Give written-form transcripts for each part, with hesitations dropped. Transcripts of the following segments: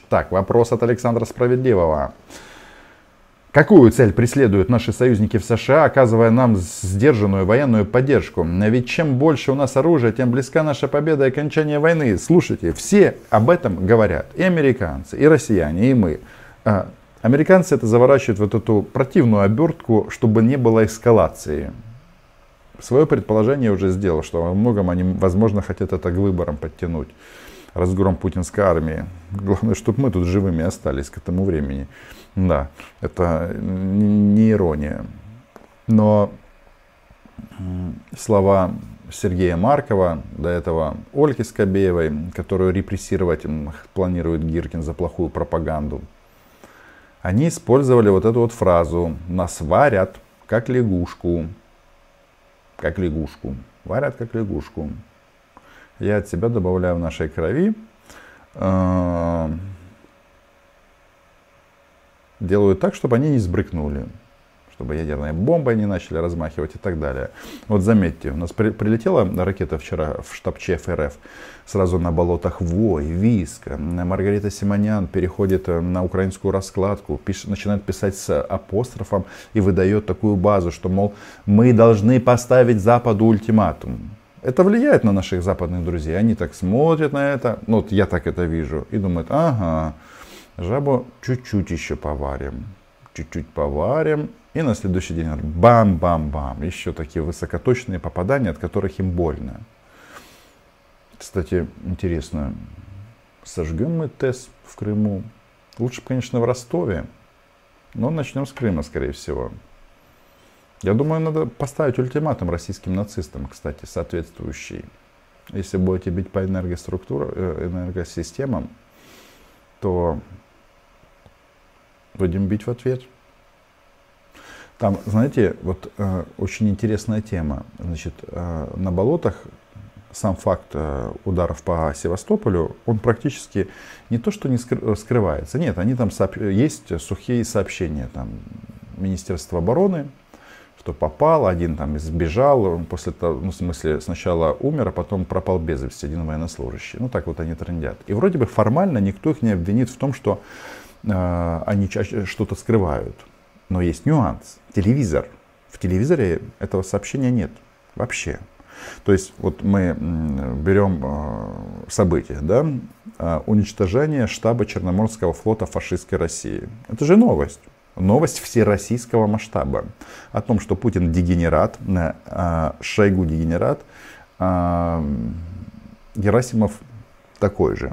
Так, вопрос от Александра Справедливого. Какую цель преследуют наши союзники в США, оказывая нам сдержанную военную поддержку? Ведь чем больше у нас оружия, тем близка наша победа и окончание войны. Слушайте, все об этом говорят. И американцы, и россияне, и мы. Американцы это заворачивают вот эту противную обертку, чтобы не было эскалации. Свое предположение уже сделал, что во многом они, возможно, хотят это к выборам подтянуть. Разгром путинской армии. Главное, чтобы мы тут живыми остались к этому времени. Да, это не ирония. Но слова Сергея Маркова, до этого Ольги Скобеевой, которую репрессировать планирует Гиркин за плохую пропаганду, они использовали вот эту вот фразу «нас варят как лягушку». Как лягушку. Варят как лягушку. Я от себя добавляю в нашей крови. Делаю так, чтобы они не сбрыкнули. Чтобы ядерные бомбы не начали размахивать и так далее. Вот заметьте, у нас прилетела ракета вчера в штаб ЧФ РФ. Сразу на болотах вой, виск. Маргарита Симонян переходит на украинскую раскладку, начинает писать с апострофом и выдает такую базу, что, мол, мы должны поставить Западу ультиматум. Это влияет на наших западных друзей. Они так смотрят на это, ну вот я так это вижу, и думают, ага, жабу чуть-чуть еще поварим. Чуть-чуть поварим. И на следующий день бам-бам-бам. Еще такие высокоточные попадания, от которых им больно. Кстати, интересно, сожгем мы ТЭС в Крыму? Лучше, конечно, в Ростове. Но начнем с Крыма, скорее всего. Я думаю, надо поставить ультиматум российским нацистам, кстати, соответствующий. Если будете бить по энергосистемам, то будем бить в ответ. Там, знаете, вот очень интересная тема. Значит, на болотах сам факт ударов по Севастополю, он практически не то, что не скрывается. Нет, они там есть сухие сообщения. Там Министерство обороны, что попал, один там сбежал, после того, ну, в смысле, сначала умер, а потом пропал без вести, один военнослужащий. Ну, так вот они трындят. И вроде бы формально никто их не обвинит в том, что они что-то скрывают. Но есть нюанс. Телевизор. В телевизоре этого сообщения нет. Вообще. То есть, вот мы берем события, да? Уничтожение штаба Черноморского флота фашистской России. Это же новость. Новость всероссийского масштаба. О том, что Путин дегенерат, Шойгу дегенерат, Герасимов такой же.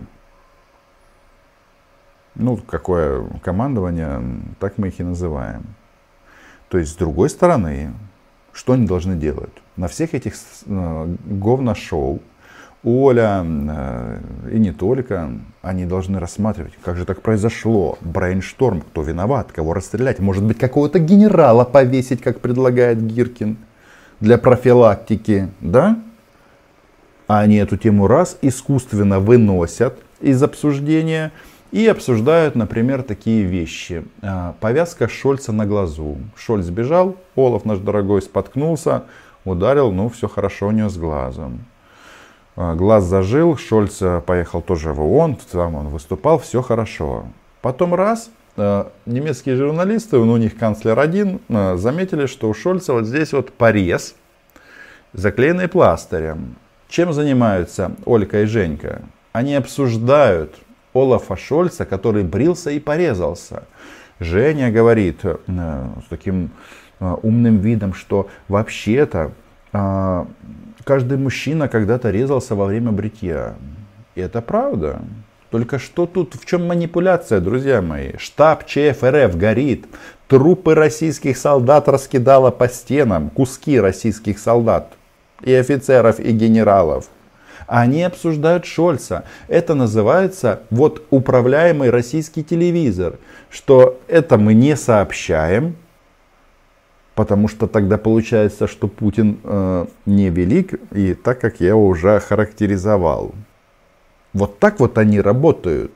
Ну, какое командование, так мы их и называем. То есть, с другой стороны, что они должны делать? На всех этих говно-шоу Оля и не только, они должны рассматривать, как же так произошло, брейншторм, кто виноват, кого расстрелять, может быть, какого-то генерала повесить, как предлагает Гиркин, для профилактики, да? А они эту тему раз искусственно выносят из обсуждения и обсуждают, например, такие вещи. Повязка Шольца на глазу. Шольц сбежал, Олаф наш дорогой споткнулся, ударил, ну все хорошо у него с глазом. Глаз зажил, Шольц поехал тоже в ООН, там он выступал, все хорошо. Потом раз, немецкие журналисты, у них канцлер один, заметили, что у Шольца вот здесь вот порез, заклеенный пластырем. Чем занимаются Олька и Женька? Они обсуждают Олафа Шольца, который брился и порезался. Женя говорит с таким умным видом, что вообще-то каждый мужчина когда-то резался во время бритья. И это правда. Только что тут, в чем манипуляция, друзья мои? Штаб ЧФ РФ горит. Трупы российских солдат раскидало по стенам. Куски российских солдат. И офицеров, и генералов. Они обсуждают Шольца. Это называется вот управляемый российский телевизор. Что это мы не сообщаем. Потому что тогда получается, что Путин не велик, и так, как я уже охарактеризовал. Вот так вот они работают.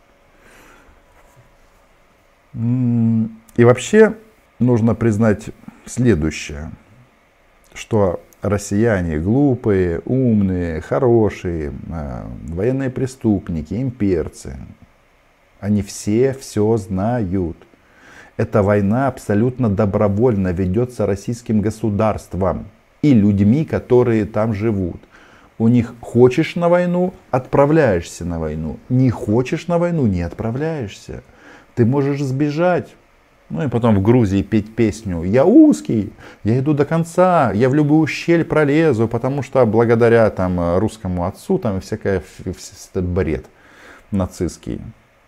И вообще нужно признать следующее, что россияне глупые, умные, хорошие, военные преступники, имперцы. Они все знают. Эта война абсолютно добровольно ведется российским государством и людьми, которые там живут. У них хочешь на войну, отправляешься на войну. Не хочешь на войну, не отправляешься. Ты можешь сбежать. Ну и потом в Грузии петь песню «Я узкий, я иду до конца, я в любую щель пролезу», потому что благодаря там русскому отцу там всякий бред нацистский.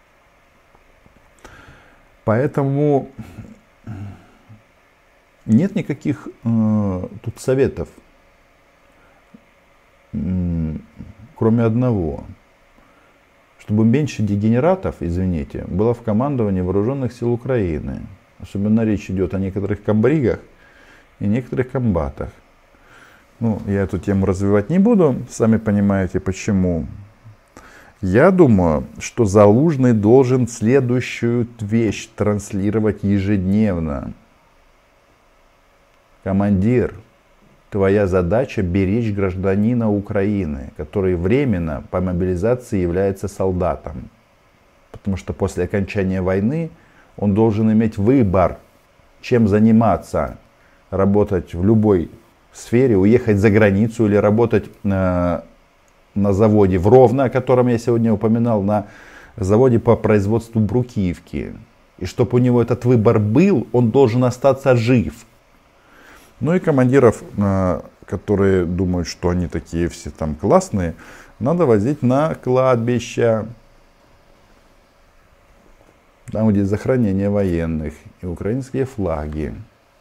Поэтому нет никаких тут советов, кроме одного. Чтобы меньше дегенератов, извините, было в командовании вооруженных сил Украины. Особенно речь идет о некоторых комбригах и некоторых комбатах. Ну, я эту тему развивать не буду, сами понимаете почему. Я думаю, что Залужный должен следующую вещь транслировать ежедневно. Командир, твоя задача беречь гражданина Украины, который временно по мобилизации является солдатом. Потому что после окончания войны он должен иметь выбор, чем заниматься. Работать в любой сфере, уехать за границу или работать на заводе в Ровно, о котором я сегодня упоминал, на заводе по производству бруківки. И чтобы у него этот выбор был, он должен остаться жив. Ну и командиров, которые думают, что они такие все там классные, надо возить на кладбища. Там, где захоронение военных и украинские флаги.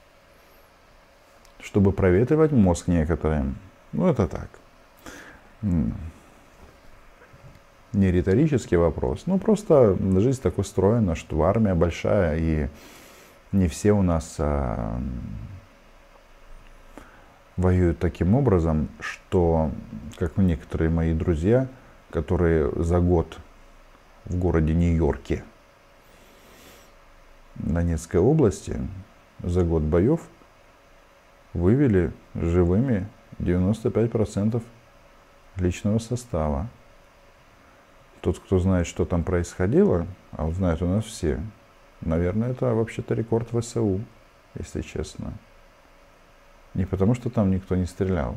Чтобы проветривать мозг некоторым. Ну это так. Не риторический вопрос. Ну просто жизнь так устроена, что армия большая и не все у нас воюют таким образом, что, как некоторые мои друзья, которые за год в городе Нью-Йорке, Донецкой области, за год боев вывели живыми 95% личного состава. Тот, кто знает, что там происходило, а вот знают у нас все, наверное, это вообще-то рекорд ВСУ, если честно. Не потому, что там никто не стрелял.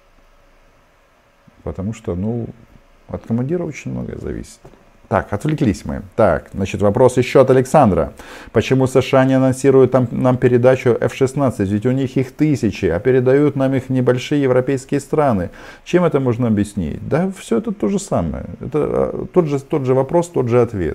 Потому что, ну, от командира очень многое зависит. Так, отвлеклись мы. Так, значит, вопрос еще от Александра. Почему США не анонсируют нам передачу F-16? Ведь у них их тысячи, а передают нам их небольшие европейские страны. Чем это можно объяснить? Да, все это то же самое. Это тот же вопрос, тот же ответ.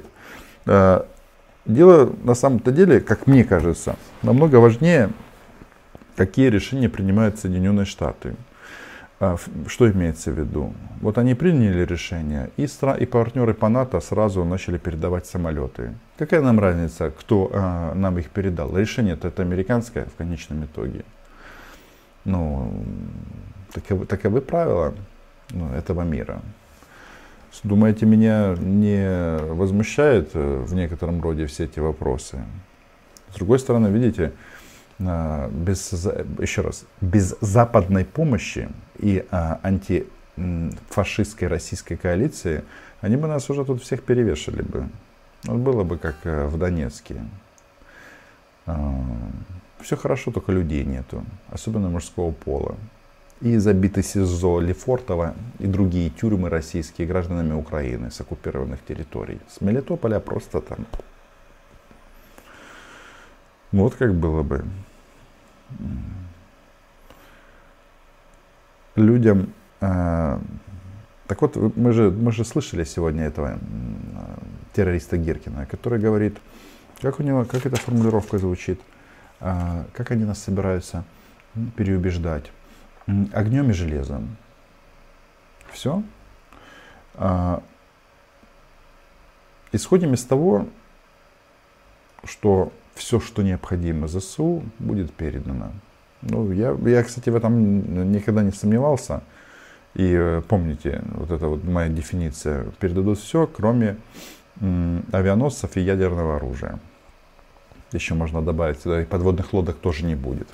Дело на самом-то деле, как мне кажется, намного важнее, какие решения принимают Соединенные Штаты. Что имеется в виду? Вот они приняли решение, и партнеры по НАТО сразу начали передавать самолеты. Какая нам разница, кто нам их передал? Решение-то это американское в конечном итоге. Ну, таковы правила этого мира. Думаете, меня не возмущает в некотором роде все эти вопросы? С другой стороны, видите, без западной помощи и антифашистской российской коалиции, они бы нас уже тут всех перевешали бы. Вот было бы как в Донецке. Все хорошо, только людей нету, особенно мужского пола. И забиты СИЗО Лефортово и другие тюрьмы российские гражданами Украины с оккупированных территорий. С Мелитополя просто там. Вот как было бы. Людям. Так вот, мы же слышали сегодня этого террориста Гиркина, который говорит, как эта формулировка звучит, как они нас собираются переубеждать. Огнем и железом. Все. Исходим из того, что все, что необходимо ЗСУ, будет передано. Ну, я, кстати, в этом никогда не сомневался. И помните, вот это вот моя дефиниция. Передадут все, кроме авианосцев и ядерного оружия. Еще можно добавить, сюда и подводных лодок тоже не будет.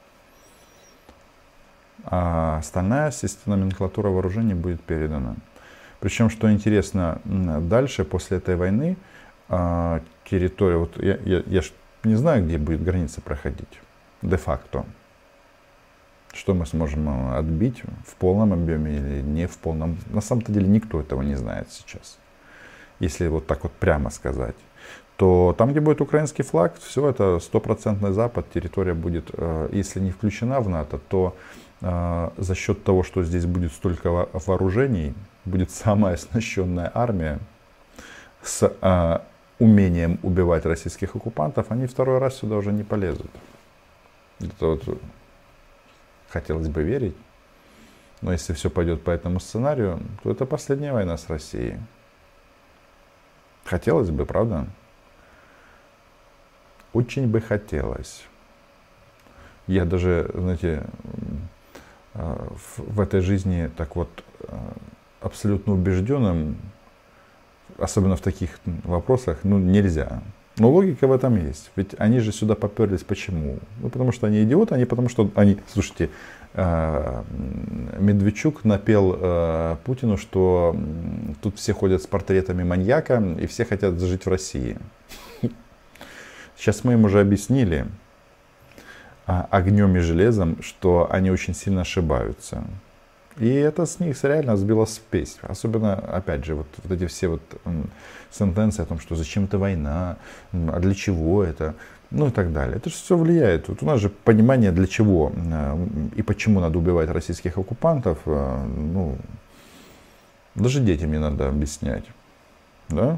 А остальная, естественно, номенклатура вооружений будет передана. Причем, что интересно, дальше, после этой войны, территория, вот я ж не знаю, где будет граница проходить, де-факто. Что мы сможем отбить в полном объеме или не в полном. На самом-то деле никто этого не знает сейчас. Если вот так вот прямо сказать. То там, где будет украинский флаг, все это стопроцентный Запад, территория будет, если не включена в НАТО, то за счет того, что здесь будет столько вооружений, будет самая оснащенная армия с умением убивать российских оккупантов, они второй раз сюда уже не полезут. Это вот хотелось бы верить, но если все пойдет по этому сценарию, то это последняя война с Россией. Хотелось бы, правда? Очень бы хотелось. Я даже, знаете, в этой жизни так вот абсолютно убежденным, особенно в таких вопросах, нельзя. Но логика в этом есть. Ведь они же сюда поперлись почему? Ну, потому что они идиоты, а не потому что они... Слушайте, Медведчук напел Путину, что тут все ходят с портретами маньяка и все хотят жить в России. Сейчас мы им уже объяснили огнем и железом, что они очень сильно ошибаются. И это с них реально сбило спесь. Особенно, опять же, вот эти все вот сентенции о том, что зачем это война, а для чего это, ну и так далее. Это же все влияет. Вот у нас же понимание, для чего и почему надо убивать российских оккупантов, ну, даже детям не надо объяснять. Да?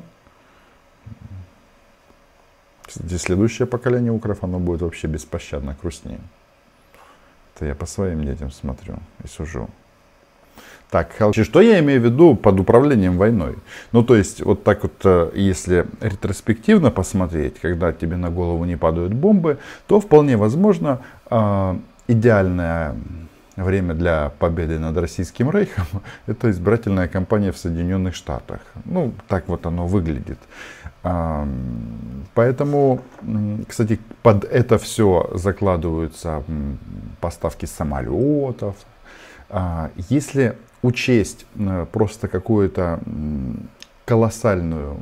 Следующее поколение укров, оно будет вообще беспощадно грустнее. Это я по своим детям смотрю и сужу. Так, что я имею в виду под управлением войной? Ну, то есть, вот так вот, если ретроспективно посмотреть, когда тебе на голову не падают бомбы, то вполне возможно, идеальное время для победы над Российским Рейхом — это избирательная кампания в Соединенных Штатах. Ну, так вот оно выглядит. Поэтому, кстати, под это все закладываются поставки самолетов. Если учесть просто какую-то колоссальную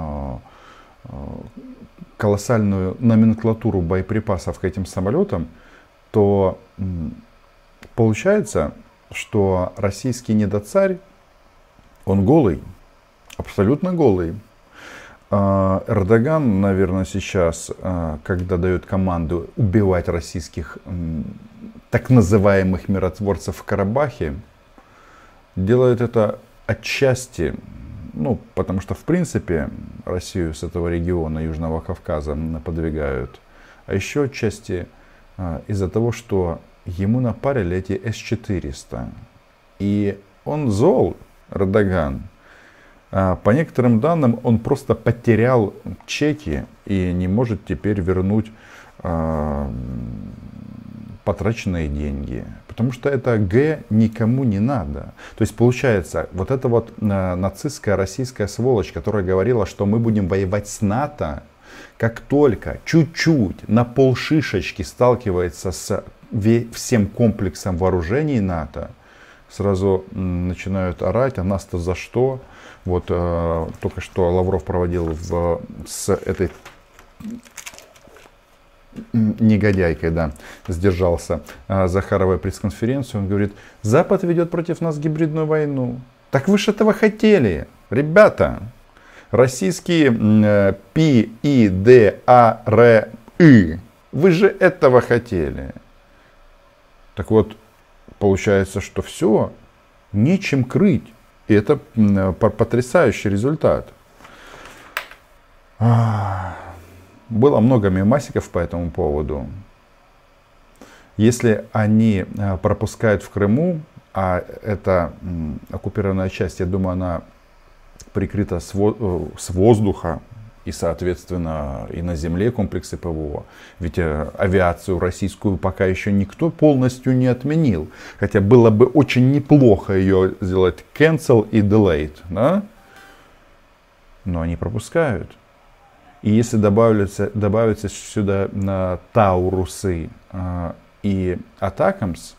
номенклатуру боеприпасов к этим самолетам, то получается, что российский недоцарь, он голый, абсолютно голый. Эрдоган, наверное, сейчас, когда дает команду убивать российских так называемых миротворцев в Карабахе, делает это отчасти, ну, потому что, в принципе, Россию с этого региона Южного Кавказа подвигают, а еще отчасти из-за того, что ему напарили эти С-400. И он зол, Эрдоган. По некоторым данным, он просто потерял чеки и не может теперь вернуть потраченные деньги. Потому что это Г никому не надо. То есть получается, вот эта вот нацистская российская сволочь, которая говорила, что мы будем воевать с НАТО, как только чуть-чуть на полшишечки сталкивается с всем комплексом вооружений НАТО, сразу начинают орать, а нас-то за что? Вот только что Лавров проводил с этой негодяйкой, да, сдержался, Захаровой пресс-конференцию. Он говорит: Запад ведет против нас гибридную войну. Так вы же этого хотели, ребята. Российские Пи, И, Д, А, Р, И. Вы же этого хотели. Так вот, получается, что все, нечем крыть. И это потрясающий результат. Было много мемасиков по этому поводу. Если они пропускают в Крыму, а эта оккупированная часть, я думаю, она прикрыта с воздуха и, соответственно, и на земле комплексы ПВО. Ведь авиацию российскую пока еще никто полностью не отменил. Хотя было бы очень неплохо ее сделать cancel и delayed. Да? Но они пропускают. И если добавится сюда на Таурусы и Атакамс,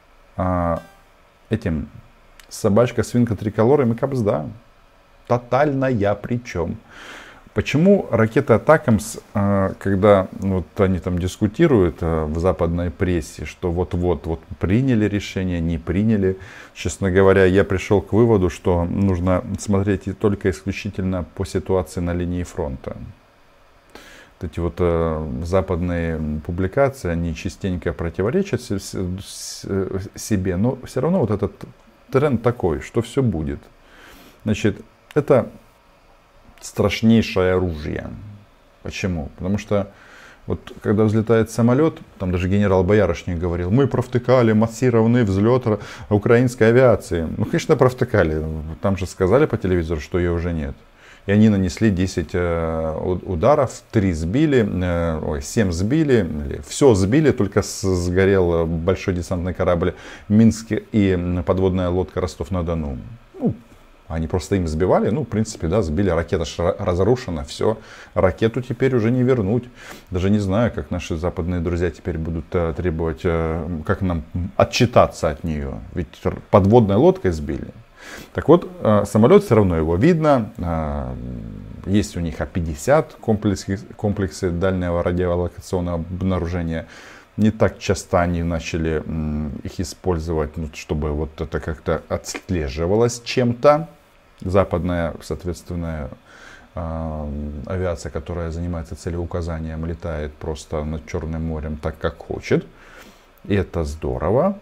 этим собачка, свинка, триколор и капсда. Тотальная причем. Почему ракета Атакамс, когда вот они там дискутируют в западной прессе, что вот приняли решение, не приняли, честно говоря, я пришел к выводу, что нужно смотреть только исключительно по ситуации на линии фронта. Вот эти вот западные публикации, они частенько противоречат себе, но все равно вот этот тренд такой, что все будет. Значит, это страшнейшее оружие. Почему? Потому что вот когда взлетает самолет, там даже генерал Боярышник говорил, мы провтыкали массированный взлет украинской авиации. Ну, конечно, провтыкали. Там же сказали по телевизору, что ее уже нет. И они нанесли 10 ударов, 3 сбили, 7 сбили, все сбили, только сгорел большой десантный корабль Минск и подводная лодка Ростов-на-Дону. Ну, они просто им сбивали, ну, в принципе, да, сбили, ракета разрушена, все, ракету теперь уже не вернуть. Даже не знаю, как наши западные друзья теперь будут требовать, как нам отчитаться от нее, ведь подводной лодкой сбили. Так вот, самолет все равно его видно, есть у них А-50, комплексы дальнего радиолокационного обнаружения. Не так часто они начали их использовать, чтобы вот это как-то отслеживалось чем-то. Западная, соответственно, авиация, которая занимается целеуказанием, летает просто над Черным морем так, как хочет. И это здорово.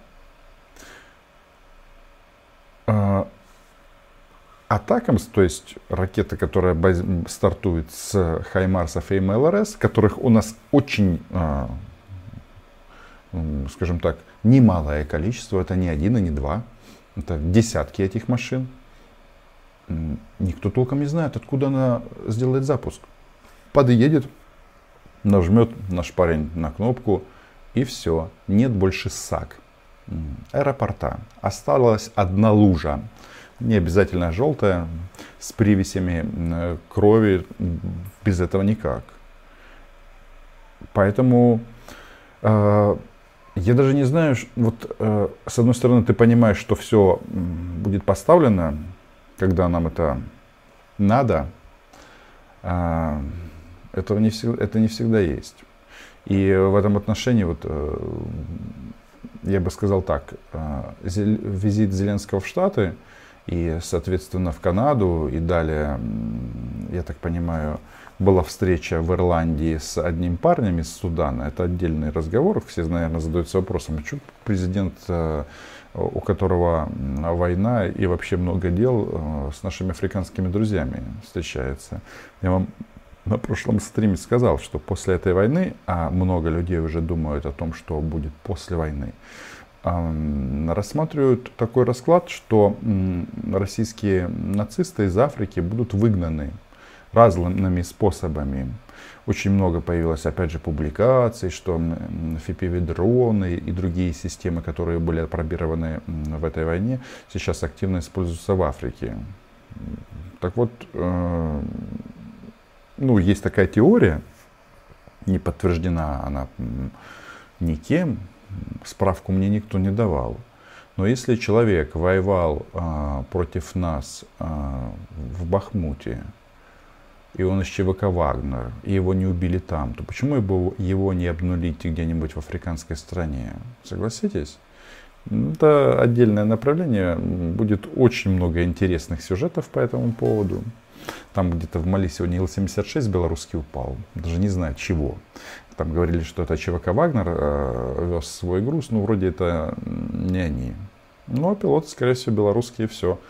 Атакамс, то есть ракета, которая стартует с Хаймарсов и МЛРС, которых у нас очень, скажем так, немалое количество, это не один и не два, это десятки этих машин. Никто толком не знает, откуда она сделает запуск. Подъедет, нажмет наш парень на кнопку и все, нет больше САК. Аэропорта. Осталась одна лужа. Не обязательно желтая, с привесями крови, без этого никак. Поэтому я даже не знаю, вот с одной стороны ты понимаешь, что все будет поставлено, когда нам это надо, это не всегда есть. И в этом отношении вот я бы сказал так, визит Зеленского в Штаты и, соответственно, в Канаду, и далее, я так понимаю, была встреча в Ирландии с одним парнем из Судана. Это отдельный разговор. Все, наверное, задаются вопросом, почему президент, у которого война и вообще много дел, с нашими африканскими друзьями встречается. Я вам на прошлом стриме сказал, что после этой войны, а много людей уже думают о том, что будет после войны, рассматривают такой расклад, что российские нацисты из Африки будут выгнаны разными способами. Очень много появилось, опять же, публикаций, что FPV-дроны и другие системы, которые были опробированы в этой войне, сейчас активно используются в Африке. Так вот, ну, есть такая теория, не подтверждена она никем, справку мне никто не давал. Но если человек воевал против нас в Бахмуте, и он из ЧВК «Вагнер», и его не убили там, то почему бы его не обнулить где-нибудь в африканской стране? Согласитесь? Это отдельное направление. Будет очень много интересных сюжетов по этому поводу. Там где-то в Мали сегодня Ил-76 белорусский упал. Даже не знаю чего. Там говорили, что это ЧВК «Вагнер» вез свой груз. Ну, вроде это не они. Ну, а пилоты, скорее всего, белорусские, все.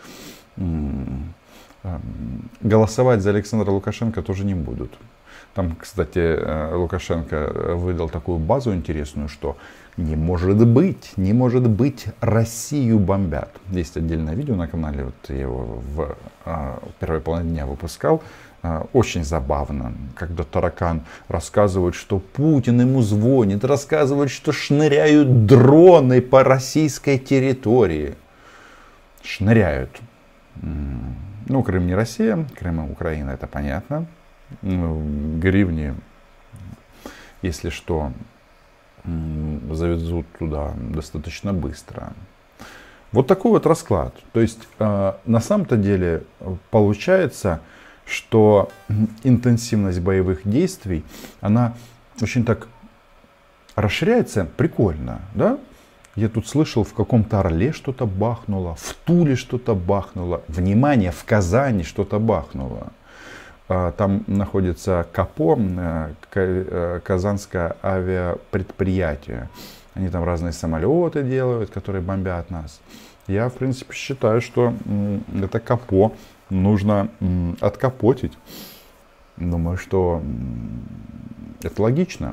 Голосовать за Александра Лукашенко тоже не будут. Там, кстати, Лукашенко выдал такую базу интересную, что не может быть, Россию бомбят. Есть отдельное видео на канале, вот я его в первой половине дня выпускал. Очень забавно, когда таракан рассказывает, что Путин ему звонит, рассказывает, что шныряют дроны по российской территории. Шныряют. Ну, Крым не Россия, Крым и Украина, это понятно. Гривни, если что, завезут туда достаточно быстро. Вот такой вот расклад. То есть, на самом-то деле, получается, что интенсивность боевых действий, она очень так расширяется прикольно, да? Я тут слышал, в каком-то Орле что-то бахнуло, в Туле что-то бахнуло. Внимание, в Казани что-то бахнуло. Там находится КАПО, Казанское авиапредприятие. Они там разные самолеты делают, которые бомбят нас. Я, в принципе, считаю, что это КАПО нужно откапотить. Думаю, что это логично.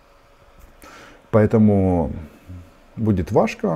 Поэтому будет важко,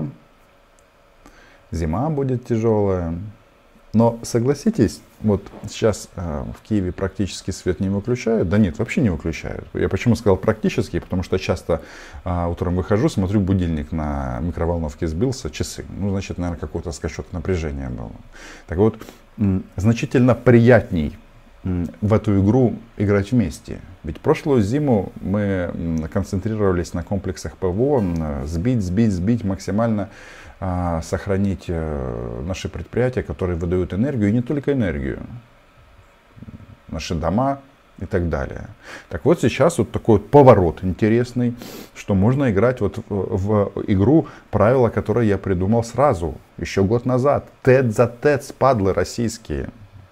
зима будет тяжелая. Но согласитесь, вот сейчас в Киеве практически свет не выключают. Да нет, вообще не выключают. Я почему сказал практически? Потому что часто утром выхожу, смотрю, будильник на микроволновке сбился, часы. Ну, значит, наверное, какой-то скачок напряжения был. Так вот, значительно приятней в эту игру играть вместе. Ведь прошлую зиму мы концентрировались на комплексах ПВО, сбить максимально, сохранить наши предприятия, которые выдают энергию, и не только энергию, наши дома и так далее. Так вот сейчас вот такой вот поворот интересный, что можно играть вот в игру, правила, которые я придумал сразу, еще год назад. Тет за тет, спадлы российские.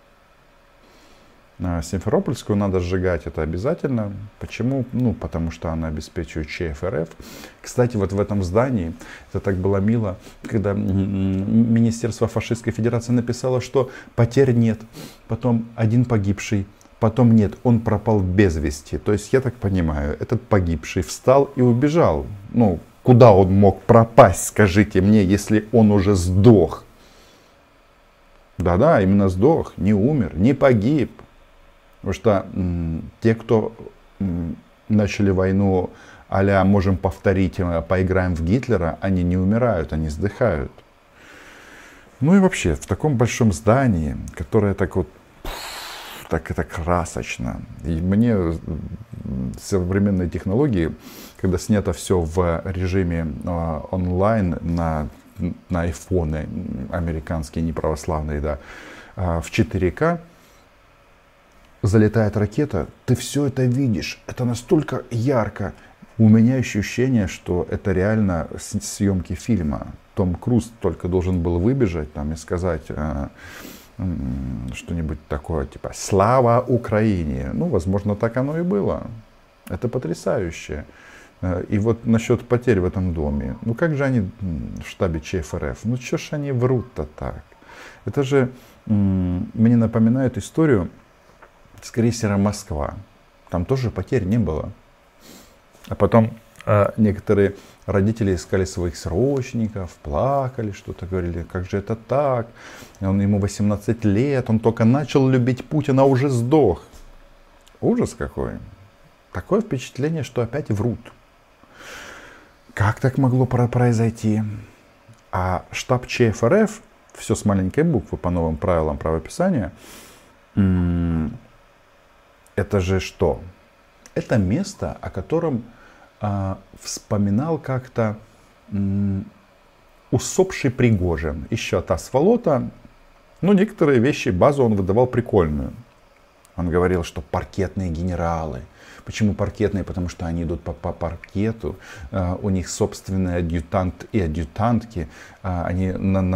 Симферопольскую надо сжигать, это обязательно. Почему? Ну, потому что она обеспечивает ЧФРФ. Кстати, вот в этом здании, это так было мило, когда Министерство фашистской федерации написало, что потерь нет, потом один погибший, потом нет, он пропал без вести. То есть, я так понимаю, этот погибший встал и убежал. Ну, куда он мог пропасть, скажите мне, если он уже сдох? Да-да, именно сдох, не умер, не погиб. Потому что те, кто начали войну а-ля можем повторить, поиграем в Гитлера, они не умирают, они сдыхают. Ну и вообще, в таком большом здании, которое так вот, так это красочно. И мне современные технологии, когда снято все в режиме онлайн на айфоны американские, неправославные, да, в 4К, залетает ракета, ты все это видишь, это настолько ярко. У меня ощущение, что это реально съемки фильма. Том Круз только должен был выбежать там и сказать что-нибудь такое, типа «Слава Украине!». Ну, возможно, так оно и было. Это потрясающе. И вот насчет потерь в этом доме. Ну, как же они в штабе ЧФРФ? Ну, что ж они врут-то так? Это же мне напоминает историю с крейсера «Москва». Там тоже потерь не было. А потом некоторые родители искали своих срочников, плакали, что-то говорили, как же это так? Ему 18 лет, он только начал любить Путина, а уже сдох. Ужас какой. Такое впечатление, что опять врут. Как так могло произойти? А штаб ЧФРФ, все с маленькой буквы по новым правилам правописания, это же что? Это место, о котором вспоминал как-то усопший Пригожин. Еще та сволота. Ну, некоторые вещи, базу он выдавал прикольную. Он говорил, что паркетные генералы. Почему паркетные? Потому что они идут по паркету. У них собственный адъютант и адъютантки. Они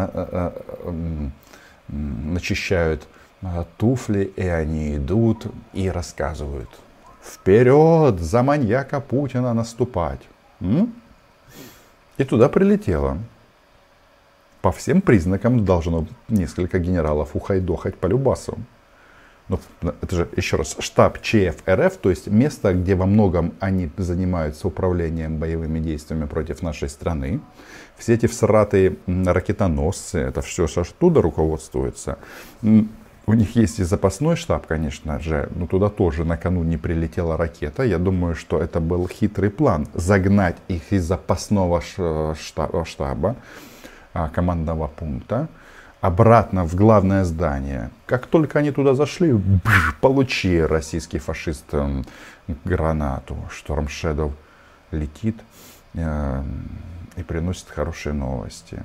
начищают туфли, и они идут и рассказывают. Вперед, за маньяка Путина наступать. И туда прилетело. По всем признакам должно несколько генералов ухайдохать по любасу. Но это же, еще раз, штаб ЧФРФ, то есть место, где во многом они занимаются управлением боевыми действиями против нашей страны. Все эти всратые ракетоносцы, это все оттуда руководствуется. У них есть и запасной штаб, конечно же, но туда тоже накануне прилетела ракета. Я думаю, что это был хитрый план. Загнать их из запасного штаба, командного пункта, обратно в главное здание. Как только они туда зашли, получи, российский фашист, гранату. Шторм Шэдоу летит и приносит хорошие новости.